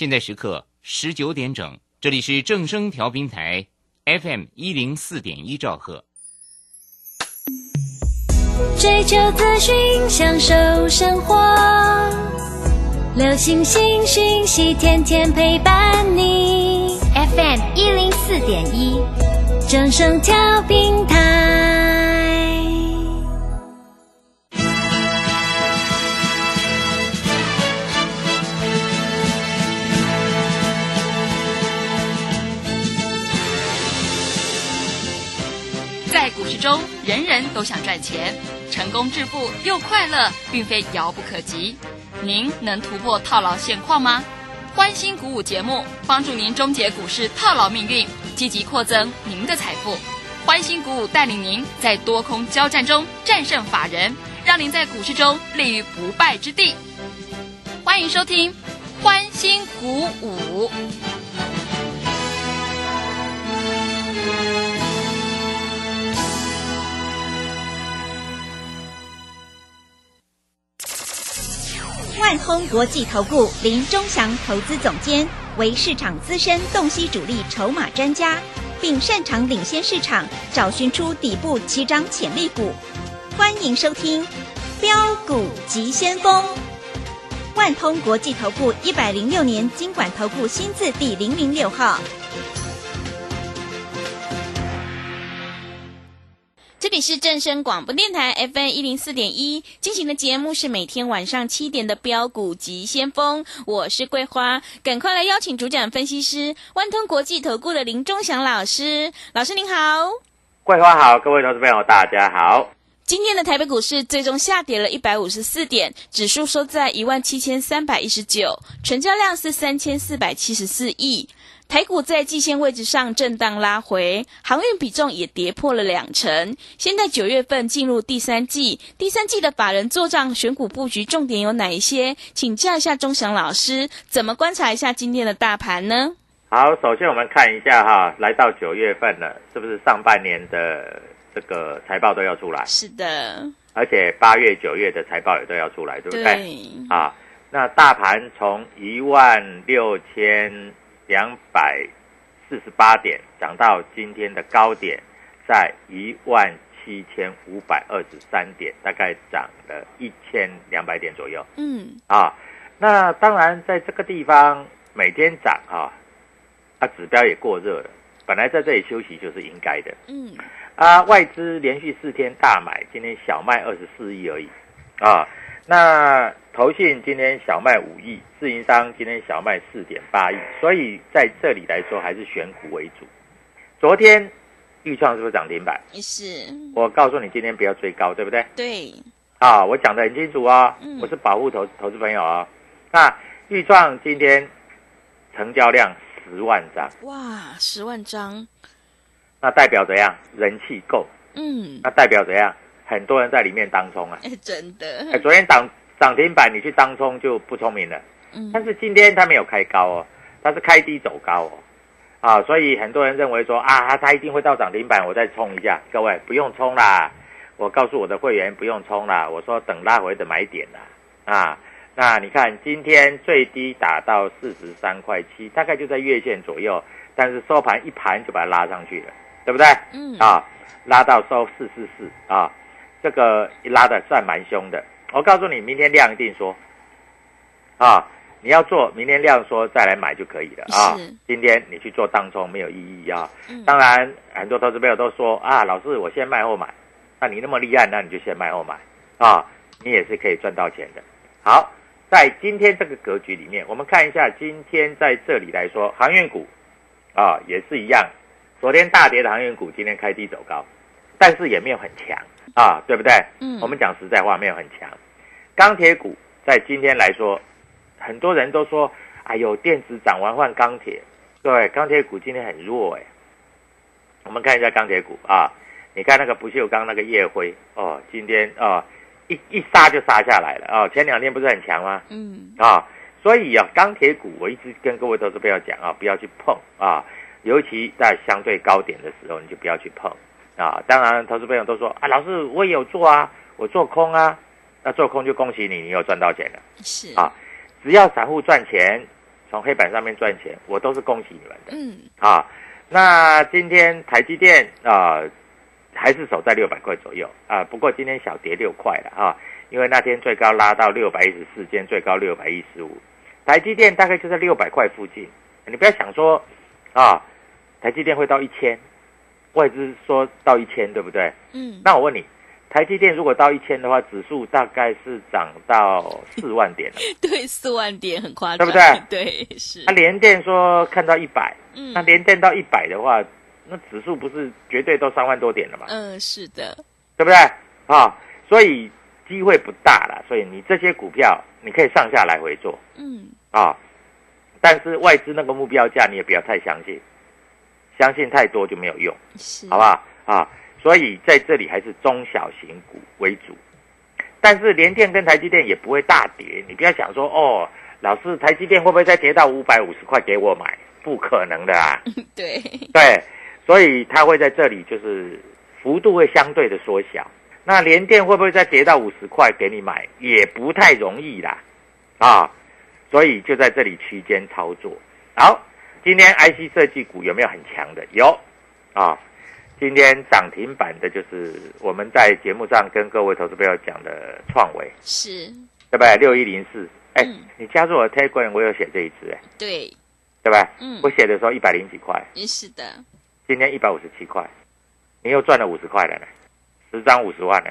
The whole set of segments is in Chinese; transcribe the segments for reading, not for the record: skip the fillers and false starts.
现在时刻19点整，这里是正声调频台 FM104.1兆赫。 追求资讯，享受生活，流行新讯息，天天陪伴你。FM104.1，正声调频台。 在股市中，人人都想赚钱，成功致富又快乐，并非遥不可及。您能突破套牢现况吗？欢欣鼓舞节目帮助您终结股市套牢命运，积极扩增您的财富。欢欣鼓舞带领您在多空交战中战胜法人，让您在股市中立于不败之地。欢迎收听欢欣鼓舞。 万通国际投顾林钟祥投资总监为市场资深洞悉主力筹码专家，并擅长领先市场，找寻出底部起涨潜力股。欢迎收听标股急先锋。万通国际投顾106年金管投顾新字第006号。 这里是正声广播电台 FM104.1 进行的节目是每天晚上7点的标股急先锋，我是桂花，赶快来邀请主讲分析师万通国际投顾的林钟祥老师。老师您好。 桂花好，各位投资朋友大家好。 今天的台北股市最终下跌了154点，指数收在17319，成交量是3474亿。台股在季线位置上震荡拉回，航运比重也跌破了20%。现在9月份进入第三季的法人作账选股布局重点有哪一些？请教一下钟祥老师，怎么观察一下今天的大盘呢？ 好，首先我们看一下哈，来到9月份了，是不是上半年的这个财报都要出来？ 是的， 而且8月、9月的财报也都要出来，对不对？ 对。 啊，那大盘从16248点涨到今天的高点在17523点，大概涨了1200点左右。那当然在这个地方每天涨指标也过热了，本来在这里休息就是应该的。外资连续4天大买，今天小卖24亿而已那投信今天小卖5亿，自营商今天小卖4.8亿，所以在这里来说还是选股为主。昨天鈺创是不是涨停板？ 是。 我告诉你，今天不要追高，对不对？ 对。 我讲得很清楚我是保护投资朋友那鈺创今天成交量10万张， 哇，10万张， 那代表怎样？人气够。那代表怎样？很多人在里面当冲真的。 昨天涨停板，你去当冲就不聪明了。但是今天它没有开高它是开低走高所以很多人认为说它一定会到涨停板，我再冲一下。各位不用冲啦，我告诉我的会员不用冲啦，我说等拉回的买点啦那你看今天最低打到43.7块，大概就在月线左右，但是收盘一盘就把它拉上去了，对不对？拉到收444这个拉的算蛮凶的。我告诉你，明天量一定说你要做，明天量说再来买就可以了今天你去做当冲没有意义当然很多投资朋友都说老师我先卖后买，那你那么厉害，那你就先卖后买你也是可以赚到钱的。好，在今天这个格局里面，我们看一下今天在这里来说，航运股也是一样，昨天大跌的航运股今天开低走高，但是也没有很强对不对？我们讲实在话，没有很强。钢铁股在今天来说，很多人都说哎呦电子涨完换钢铁，各位钢铁股今天很弱我们看一下钢铁股你看那个不锈钢那个燁辉今天一杀就杀下来了前2天不是很强吗？所以钢铁股我一直跟各位投资朋友讲不要去碰尤其在相对高点的时候你就不要去碰当然投资朋友都说老师我也有做我做空那做空就恭喜你，你有赚到钱了。 是只要散户赚钱， 从黑板上面赚钱，我都是恭喜你们的。那今天台积电还是守在600块左右不过今天小跌6块了因为那天最高拉到614，今天最高615，台积电大概就在600块附近。你不要想说台积电会到1000，外资说到1000，对不对？那我问你，台积电如果到1000的话，指数大概是涨到4万点了。 对，4万点很夸张， 对不对？ 对，是。 联电说看到100，那联电到100的话，那指数不是绝对都3万多点了吗？ 是的， 对不对？所以机会不大啦，所以你这些股票你可以上下来回做，但是外资那个目标价你也不要太相信，相信太多就没有用，好不好所以在这里还是中小型股为主，但是联电跟台积电也不会大跌，你不要想说老师台积电会不会再跌到550块给我买？不可能的啦。 对， 所以它会在这里就是幅度会相对的缩小。那联电会不会再跌到50块给你买？也不太容易啦，所以就在这里区间操作。好，今天 IC 设计股有没有很强的？有今天涨停板的就是我们在节目上跟各位投资朋友讲的创惟， 是， 对不对？6104，你加入我的 Telegram， 我有写这一支， 对不对？我写的时候100几块， 是的， 今天157块，你又赚了50块了呢，10张50万呢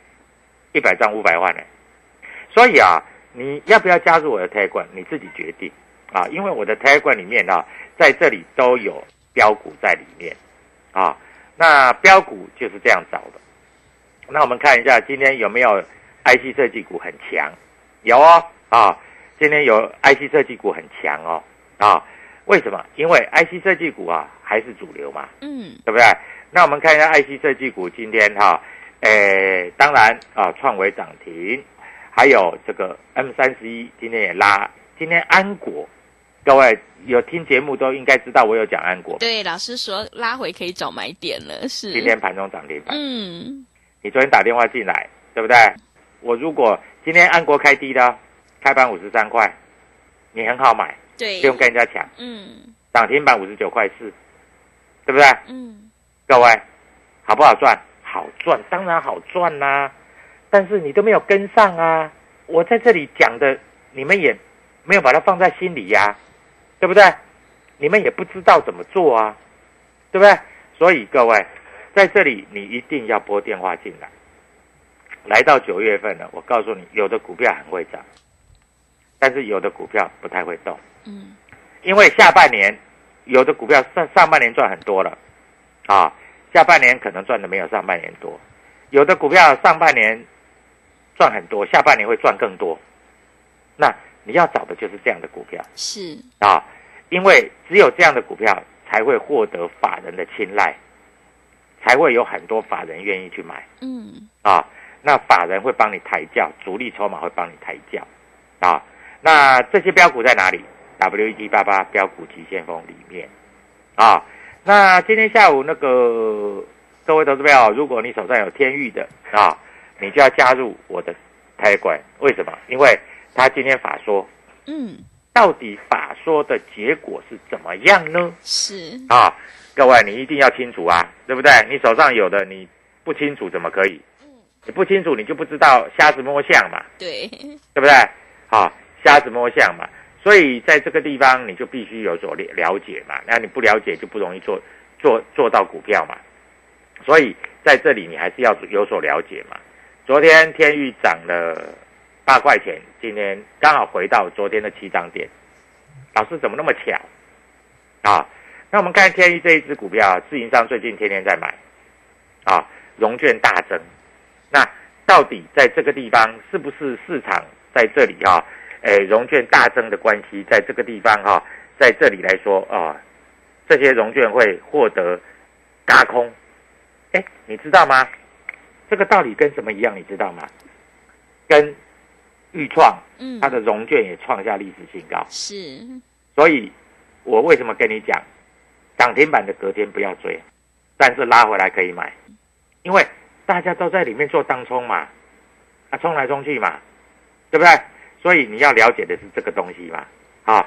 ，100张500万呢。所以你要不要加入我的 Telegram， 你自己决定因为我的 Telegram 里面在这里都有标股在里面那标股就是这样找的。那我们看一下今天有没有 IC 设计股很强？有今天有 IC 设计股很强为什么？因为 IC 设计股还是主流嘛，对不对？那我们看一下 IC 设计股今天当然创惟涨停，还有这个 M31 今天也拉，今天安国，各位有听节目都应该知道我有讲安国。 对，老师说拉回可以找买点了，是。 今天盘中涨停板。你昨天打电话进来，对不对？我如果今天安国开低的，开盘53块，你很好买， 对， 不用跟人家抢。涨停板59块4，对不对？各位好不好赚？好赚，当然好赚啦。但是你都没有跟上我在这里讲的，你们也没有把它放在心里对不对？你们也不知道怎么做对不对？所以各位在这里你一定要拨电话进来。来到9月份了，我告诉你，有的股票很会涨，但是有的股票不太会动。因为下半年有的股票上半年赚很多了下半年可能赚的没有上半年多。有的股票上半年赚很多，下半年会赚更多。那你要找的就是这样的股票， 是因为只有这样的股票才会获得法人的青睐，才会有很多法人愿意去买。那法人会帮你抬轿，主力筹码会帮你抬轿那这些标股在哪里？W1788标股急先锋里面那今天下午那个各位投资朋友，如果你手上有天钰的你就要加入我的Telegram。为什么？因为他今天法说，到底法说的结果是怎么样呢？ 是各位你一定要清楚对不对？你手上有的你不清楚怎么可以？你不清楚你就不知道，瞎子摸象嘛， 对不对？瞎子摸象嘛。所以在这个地方你就必须有所了解嘛，那你不了解就不容易做到股票嘛。所以在这里你还是要有所了解嘛。昨天天钰涨了8块钱，今天刚好回到昨天的起涨点。老师怎么那么巧那我们看天钰这一支股票，自营商最近天天在买融券大增。那到底在这个地方是不是市场在这里融券大增的关系，在这个地方在这里来说这些融券会获得軋空。你知道吗？这个道理跟什么一样？你知道吗？跟裕创，它的融券也创下历史新高。 是。 所以我为什么跟你讲，涨停板的隔天不要追，但是拉回来可以买，因为大家都在里面做当冲嘛，冲来冲去嘛，对不对？所以你要了解的是这个东西嘛。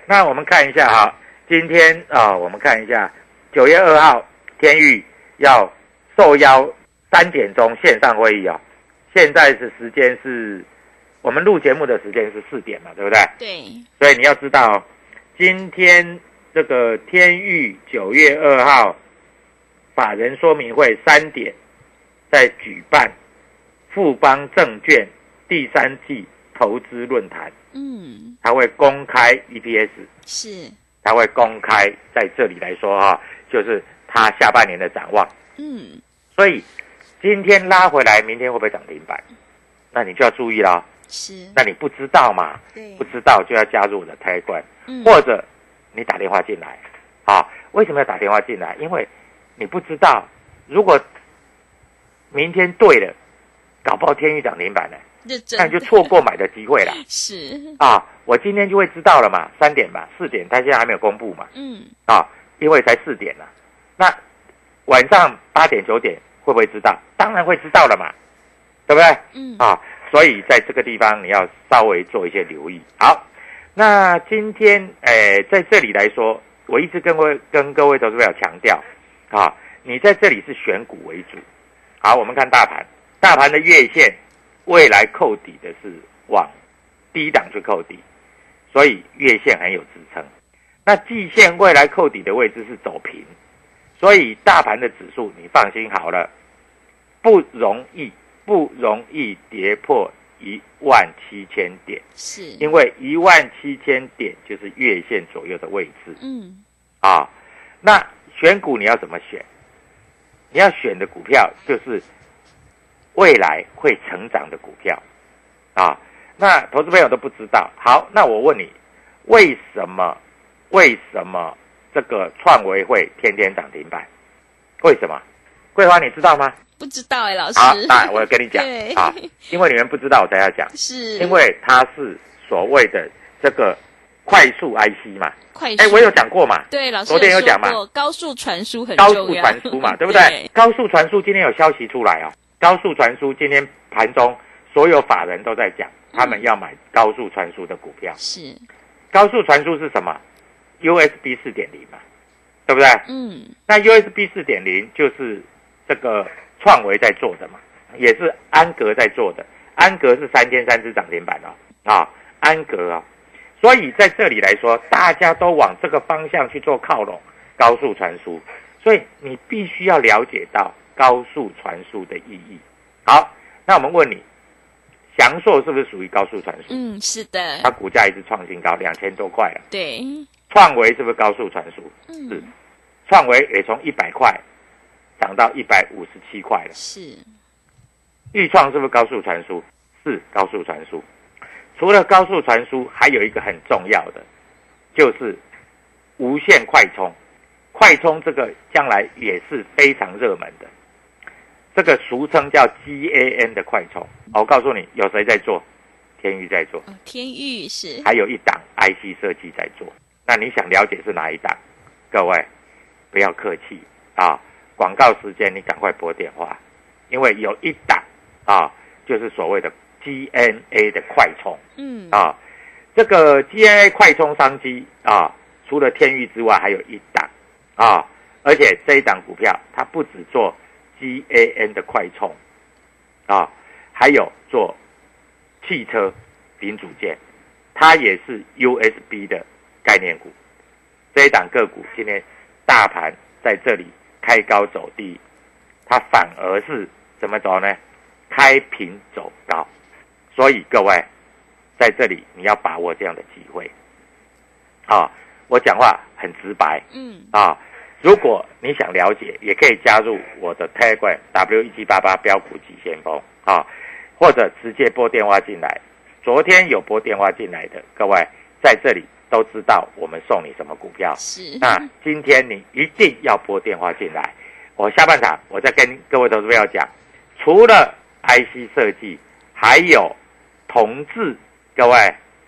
那我们看一下哈，今天我们看一下9月2号天钰要受邀3点钟线上会议哦。现在是时间是我们录节目的时间是4点嘛，对不对？ 对。 所以你要知道，今天这个天钰9月2号法人说明会3点在举办富邦证券第3季投资论坛。他会公开 EPS， 是， 他会公开在这里来说哈，就是他下半年的展望。所以今天拉回来，明天会不会涨停板？那你就要注意了。 是， 那你不知道嘛？ 对， 不知道就要加入我的Telegram，或者你打电话进来。为什么要打电话进来？因为你不知道，如果明天对了，搞不好天钰涨停板呢，那你就错过买的机会了。 是我今天就会知道了嘛，3点吧，4点，他现在还没有公布嘛。因为才4点了，那晚上8点9点会不会知道？当然会知道了嘛，对不对？所以在这个地方你要稍微做一些留意。好，那今天在这里来说，我一直跟各位投资者强调你在这里是选股为主。好，我们看大盘，大盘的月线未来扣底的是往低档去扣底，所以月线很有支撑。那季线未来扣底的位置是走平，所以大盘的指数你放心好了，不容易跌破17000点， 是因为17000点就是月线左右的位置。那选股你要怎么选？你要选的股票就是未来会成长的股票那投资朋友都不知道。好，那我问你，为什么这个创维会天天涨停板？为什么？桂花你知道吗？ 不知道老师。 好，那我跟你讲因为你们不知道我才要讲， 是因为它是所谓的这个快速 IC 嘛。我有讲过嘛？ 对，老师昨天有讲嘛。 高速传输很重要。 高速传输嘛，对不对？高速传输今天有消息出来高速传输今天盘中所有法人都在讲，他们要买高速传输的股票。 是。 高速传输是什么？ USB 4.0 嘛，对不对？那 USB 4.0 就是这个创维在做的嘛，也是安格在做的。安格是3天3只涨停板安格所以在这里来说，大家都往这个方向去做靠拢高速传输，所以你必须要了解到高速传输的意义。好，那我们问你，祥硕是不是属于高速传输？ 是的， 它股价一直创新高，2000多块了。 对， 创维是不是高速传输？是，创维也从100块涨到157块了。 是， 裕创是不是高速传输？是高速传输。除了高速传输，还有一个很重要的，就是无线快充。快充这个将来也是非常热门的，这个俗称叫 GaN 的快充。我告诉你，有谁在做？天钰在做。 天钰是。还有一档 IC 设计在做。那你想了解是哪一档？各位不要客气广告时间你赶快拨电话，因为有一档就是所谓的 GaN 的快充。这个 GaN 快充商机除了天钰之外，还有一档而且这一档股票它不只做 GaN 的快充还有做汽车零组件，它也是 USB 的概念股。这一档个股今天大盘在这里开高走低，它反而是怎么走呢？开平走高。所以各位在这里你要把握这样的机会我讲话很直白如果你想了解，也可以加入我的 Telegram W1788 标股急先锋或者直接拨电话进来。昨天有拨电话进来的各位在这里都知道我们送你什么股票。 是。 那今天你一定要拨电话进来。我下半场我再跟各位投资朋友讲，除了 IC 设计，还有同志，各位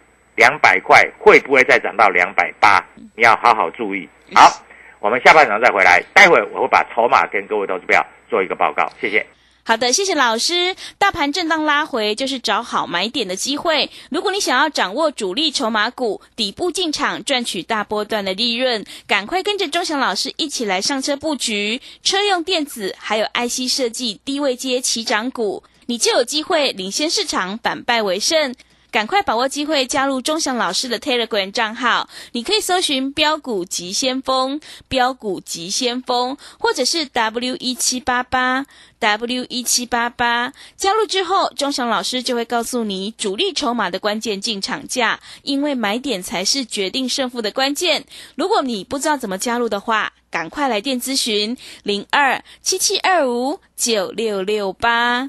200块会不会再涨到280？你要好好注意。好，我们下半场再回来，待会我会把筹码跟各位投资朋友做一个报告。谢谢。 好的，谢谢老师。大盘震荡拉回就是找好买点的机会。如果你想要掌握主力筹码股，底部进场赚取大波段的利润，赶快跟着钟祥老师一起来上车布局车用电子还有 IC 设计低位阶起涨股，你就有机会领先市场，反败为胜。赶快把握机会，加入钟祥老师的 Telegram 账号，你可以搜寻标股急先锋、标股急先锋，或者是 W1788 W1788， 加入之后，钟祥老师就会告诉你主力筹码的关键进场价，因为买点才是决定胜负的关键。如果你不知道怎么加入的话，赶快来电咨询02-7725-9668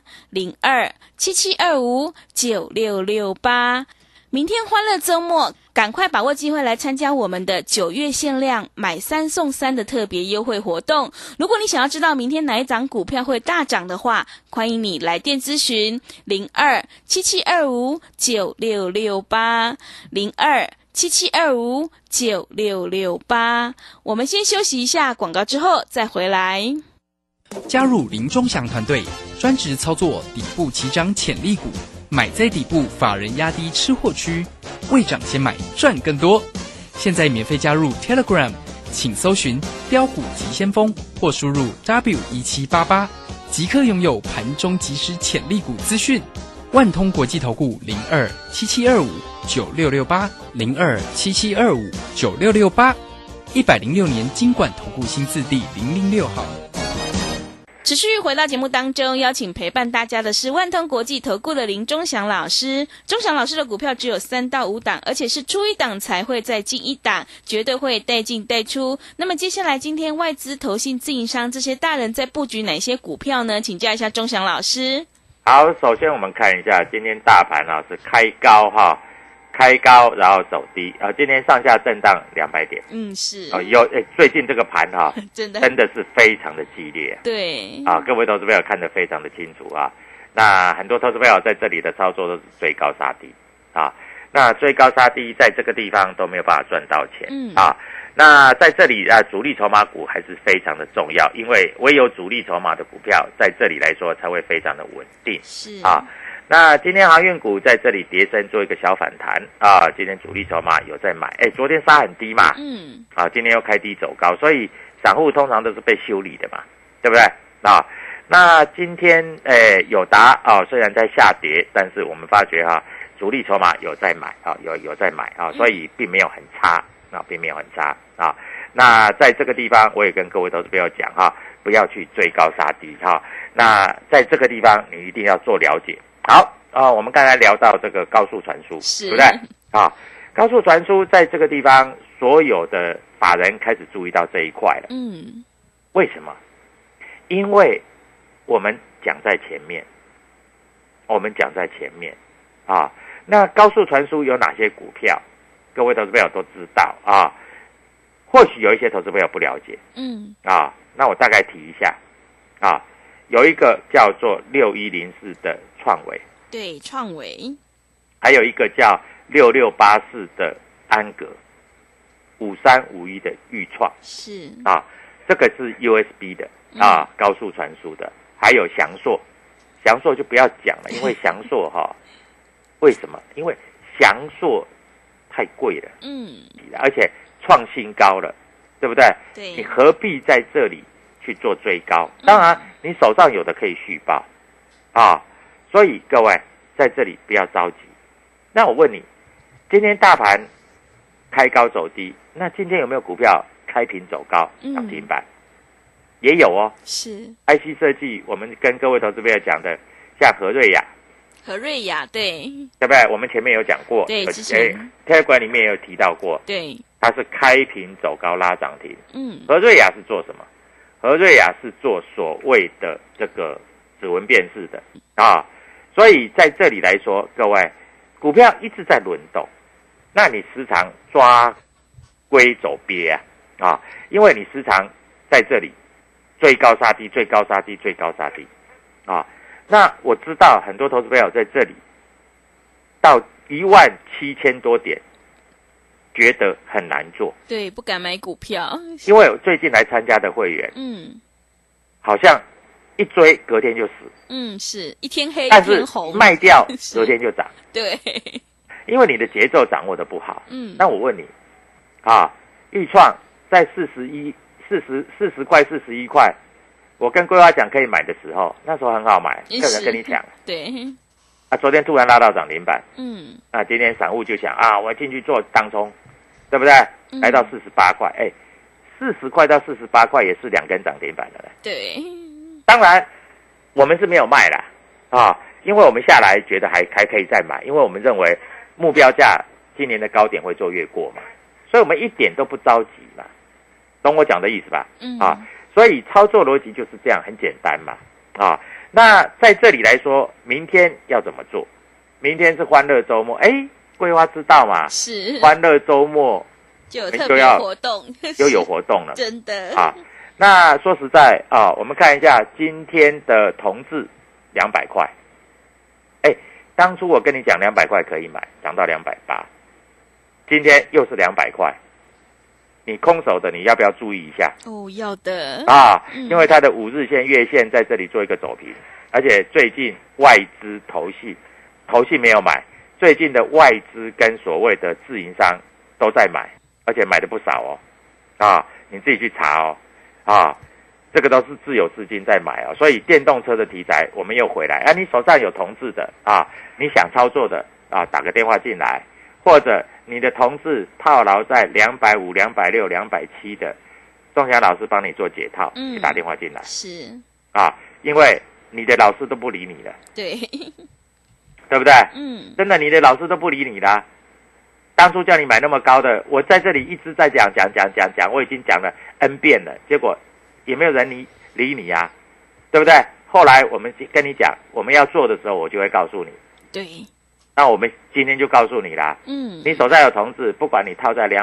02-7725-9668。明天欢乐周末，赶快把握机会来参加我们的9月限量买3送3的特别优惠活动。如果你想要知道明天哪一档股票会大涨的话，欢迎你来电咨询02-7725-9668 02-7725-9668。我们先休息一下广告，之后再回来。 加入林钟祥团队，专职操作底部起涨潜力股，买在底部，法人压低吃货区，未涨先买赚更多。现在免费加入 Telegram， 请搜寻标股急先锋或输入 W1788， 即刻拥有盘中即时潜力股资讯。万通国际投顾02-7725-9668 02-7725-9668， 106年金管投顾新字第006号。 持续回到节目当中，邀请陪伴大家的是万通国际投顾的林钟祥老师。钟祥老师的股票只有3到5档，而且是出一档才会再进一档，绝对会带进带出。那么接下来今天外资、投信、自营商这些大人在布局哪些股票呢？请教一下钟祥老师。 好，首先我们看一下今天大盘是开高开高然后走低今天上下震荡200点。 是最近这个盘真的是非常的激烈。 对各位投资朋友看得非常的清楚那很多投资朋友在这里的操作都是追高杀低那追高杀低在这个地方都没有办法赚到钱那在这里主力筹码股还是非常的重要，因为唯有主力筹码的股票在这里来说才会非常的稳定。 是那今天航运股在这里跌升做一个小反弹今天主力筹码有在买昨天杀很低嘛今天又开低走高，所以散户通常都是被修理的嘛，对不对那今天友达虽然在下跌，但是我们发觉主力筹码有在买有在买所以并没有很差并没有很差那在这个地方我也跟各位投资朋友讲不要去追高杀低那在这个地方你一定要做了解。好我们刚才聊到这个高速传输，对不对高速传输在这个地方所有的法人开始注意到这一块了。为什么？因为我们讲在前面那高速传输有哪些股票各位投资朋友都知道或许有一些投资朋友不了解那我大概提一下有一个叫做6104的创惟， 对，创惟， 还有一个叫6684的安格，5351的裕创， 是这个是 USB 的高速传输的，还有翔硕就不要讲了，因为翔硕为什么？因为翔硕太贵了，而且创新高了，对不对？ 对， 你何必在这里去做追高？当然，你手上有的可以续报所以各位在这里不要着急。那我问你，今天大盘开高走低，那今天有没有股票开平走高涨停板？也有是 IC 设计，我们跟各位投资朋友讲的，像和瑞雅， 对不对？我们前面有讲过， 对，之前 Telegram 里面也有提到过， 对， 它是开平走高拉涨停。和瑞雅是做什么？和瑞雅是做所谓的这个指纹辨识的所以在这里来说，各位股票一直在轮动，那你时常抓龟走鳖因为你时常在这里追高杀低那我知道很多投资朋友在这里到17000多点觉得很难做， 对，不敢买股票， 因为我最近来参加的会员好像一追隔天就死， 是一天黑一但是天红， 卖掉隔天就涨， 对， 因为你的节奏掌握的不好。那我问你，豫创在40块、41块，我跟桂花讲可以买的时候，那时候很好买，有人跟你抢， 对， 昨天突然拉到涨停板，今天散户就想我进去做当冲，对不对？来到48块，40块到48块也是2根涨停板的了。 对， 当然我们是没有卖啦，因为我们下来觉得还可以再买，因为我们认为目标价今年的高点会做越过嘛，所以我们一点都不着急嘛，懂我讲的意思吧？所以操作逻辑就是这样，很简单嘛，那在这里来说，明天要怎么做？明天是欢乐周末，桂花知道嘛？ 是欢乐周末就有特别活动， 就有活动了， 真的那说实在我们看一下今天的同志200块，当初我跟你讲200块可以买，涨到280，今天又是200块。你空手的你要不要注意一下？ 要的因为它的5日线、月线在这里做一个走平，而且最近外资投信没有买，最近的外资跟所谓的自营商都在买，而且买的不少你自己去查这个都是自有资金在买所以电动车的题材我们又回来你手上有同志的你想操作的打个电话进来，或者你的同志套牢在250、260、270的，仲祥老师帮你做解套，你打电话进来是因为你的老师都不理你了， 对不对？真的，你的老师都不理你啦。当初叫你买那么高的，我在这里一直在讲，我已经讲了 N 遍了，结果也没有人理你啊，对不对？后来我们跟你讲我们要做的时候，我就会告诉你。 对， 那我们今天就告诉你啦，你手上有同志，不管你套在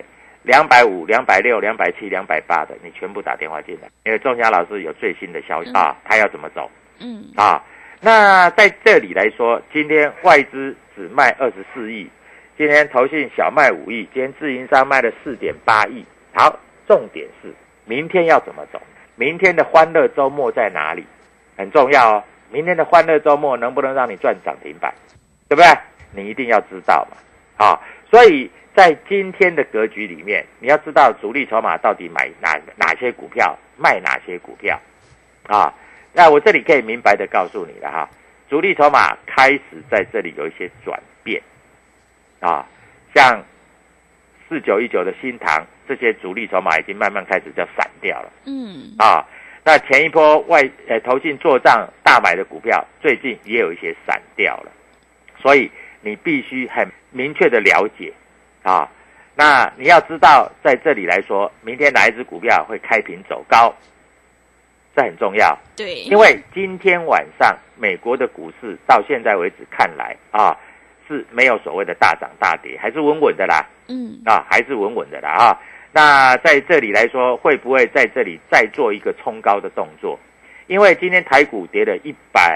200、250、260、270、280的，你全部打电话进来，因为仲祥老师有最新的消息他要怎么走？那在这里来说，今天外资只卖24亿，今天投信小卖5亿，今天自营商卖了4.8亿。好，重点是明天要怎么走？明天的欢乐周末在哪里？很重要明天的欢乐周末能不能让你赚涨停板，对不对？你一定要知道嘛。所以在今天的格局里面，你要知道主力筹码到底买哪些股票，卖哪些股票那我这里可以明白的告诉你了主力筹码开始在这里有一些转变像4919的新唐，这些主力筹码已经慢慢开始就散掉了。那前一波投信做账大买的股票，最近也有一些散掉了，所以你必须很明确的了解那你要知道，在这里来说，明天哪一只股票会开平走高，这很重要。 对， 因为今天晚上美国的股市到现在为止看来是没有所谓的大涨大跌，还是稳稳的啦。还是稳稳的啦那在这里来说，会不会在这里再做一个冲高的动作？因为今天台股跌了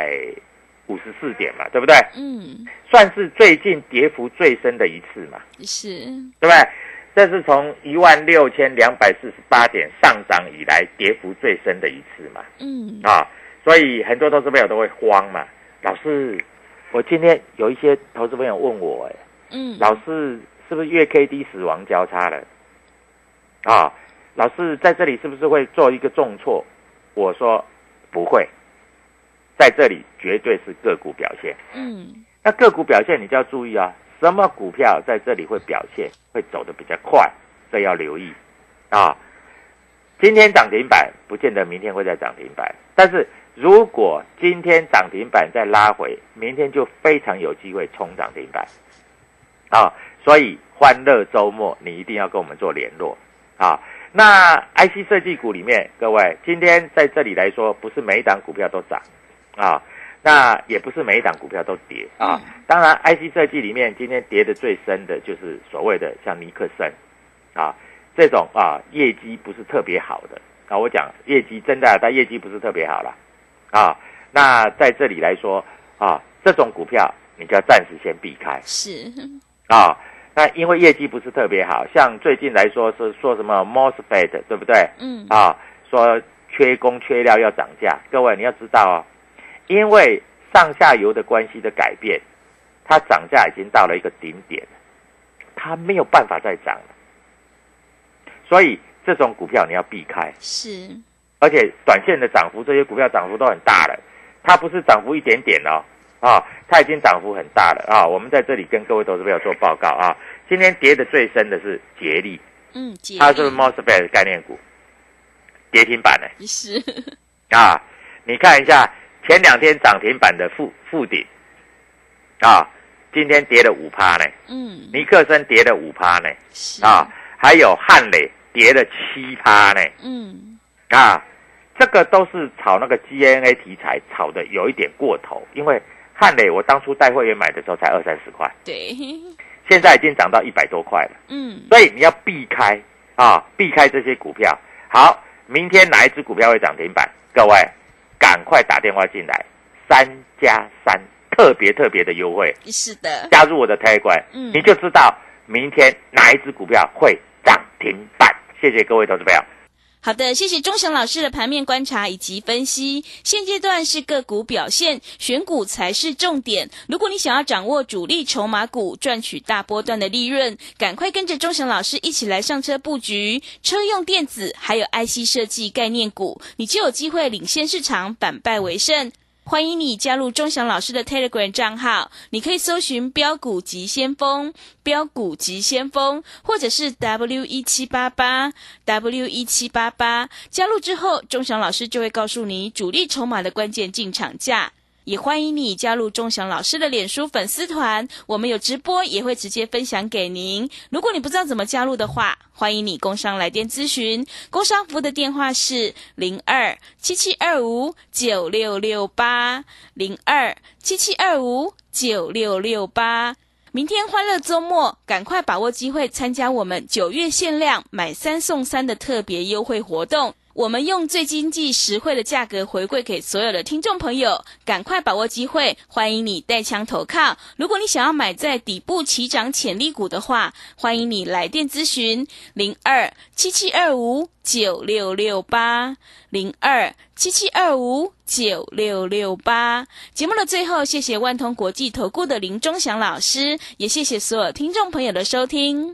154点嘛，对不对？算是最近跌幅最深的一次嘛， 是， 对不对？这是从16248点上涨以来跌幅最深的一次嘛。所以很多投资朋友都会慌嘛。老师，我今天有一些投资朋友问我老师是不是月 K D 死亡交叉了老师在这里是不是会做一个重挫？我说不会，在这里绝对是个股表现。那个股表现你就要注意什么股票在这里会表现，会走得比较快，这要留意今天涨停板不见得明天会再涨停板，但是如果今天涨停板再拉回，明天就非常有机会冲涨停板所以欢乐周末你一定要跟我们做联络那 IC 设计股里面，各位今天在这里来说，不是每一档股票都涨那也不是每一档股票都跌当然 IC 设计里面今天跌的最深的就是所谓的像尼克森这种业绩不是特别好的我讲业绩真的，但业绩不是特别好了那在这里来说这种股票你就要暂时先避开。 是那因为业绩不是特别好，像最近来说是说什么 MOSFET 对不对？说缺工缺料要涨价。各位你要知道哦，因为上下游的关系的改变，它涨价已经到了一个顶点了，它没有办法再涨了。所以这种股票你要避开。 是， 而且短线的涨幅，这些股票涨幅都很大了，它不是涨幅一点点哦，它已经涨幅很大了啊。我们在这里跟各位投资朋友做报告啊，今天跌的最深的是捷力，它是 MOSFET 的概念股，跌停板呢。 是啊，你看一下前2天涨停板的富鼎啊，今天跌了5%呢。尼克森跌了5%呢。啊，还有汉磊跌了7%呢。啊，这个都是炒那个 GNA 题材，炒的有一点过头。因为汉磊我当初带会员买的时候才20-30块， 对， 现在已经涨到100多块了。所以你要避开啊，避开这些股票。好，明天哪一只股票会涨停板？各位赶快打电话进来，3+3特别的优惠。 是的， 加入我的 Telegram，你就知道明天哪一只股票会涨停板。谢谢各位投资朋友。 好的，谢谢钟祥老师的盘面观察以及分析。现阶段是个股表现，选股才是重点。如果你想要掌握主力筹码股，赚取大波段的利润，赶快跟着钟祥老师一起来上车布局车用电子还有 IC 设计概念股，你就有机会领先市场，反败为胜。欢迎你加入钟祥老师的 Telegram 账号，你可以搜寻标股急先锋，标股急先锋，或者是 W1788 W1788。加入之后，钟祥老师就会告诉你主力筹码的关键进场价。也欢迎你加入钟祥老师的脸书粉丝团，我们有直播也会直接分享给您。如果你不知道怎么加入的话，欢迎你工商来电咨询，工商服务的电话是02-7725-9668 02-7725-9668。明天欢乐周末，赶快把握机会参加我们9月限量买3送3的特别优惠活动。我们用最经济实惠的价格回馈给所有的听众朋友，赶快把握机会，欢迎你带枪投靠。如果你想要买在底部起涨潜力股的话，欢迎你来电咨询02-7725-9668 02-7725-9668。节目的最后，谢谢万通国际投顾的林钟祥老师，也谢谢所有听众朋友的收听。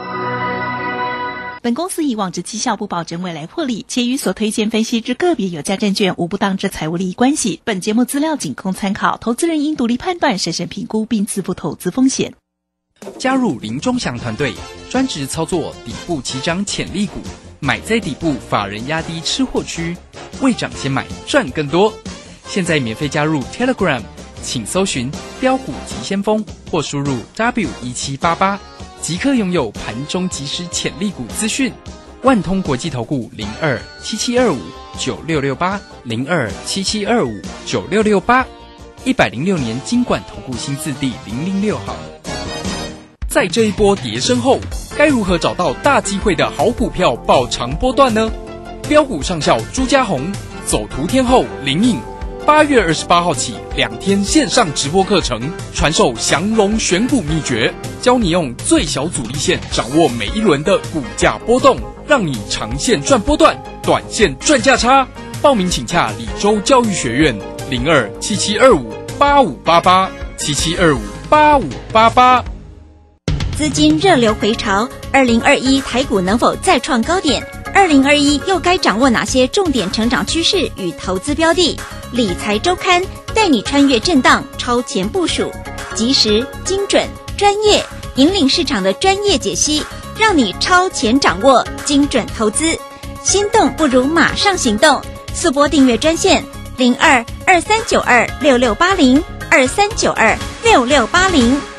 本公司以往之绩效不保证未来获利，且与所推荐分析之个别有价证券无不当之财务利益关系。本节目资料仅供参考，投资人应独立判断、审慎评估并自负投资风险。 加入林钟祥团队，专职操作底部起涨潜力股，买在底部，法人压低吃货区，未涨先买赚更多。现在免费加入 Telegram， 请搜寻标股急先锋或输入 W1788。即刻拥有盘中即时潜力股资讯。万通国际投顾02-7725-9668 02-7725-9668 106年金管投顾新字第006号。在这一波跌升后，该如何找到大机会的好股票抱长波段呢？标股上校朱家红，走图天后林颖，8月28号起2天线上直播课程，传授降龙选股秘诀，教你用最小阻力线掌握每一轮的股价波动，让你长线赚波段，短线赚价差。报名请洽李州教育学院02-7725-8588 7725-8588。 资金热流回潮，2021台股能否再创高点？2021又该掌握哪些重点成长趋势与投资标的？理财周刊带你穿越震荡，超前部署，及时、精准、专业，引领市场的专业解析，让你超前掌握精准投资。心动不如马上行动，速拨订阅专线02-2392-6680 2392-6680。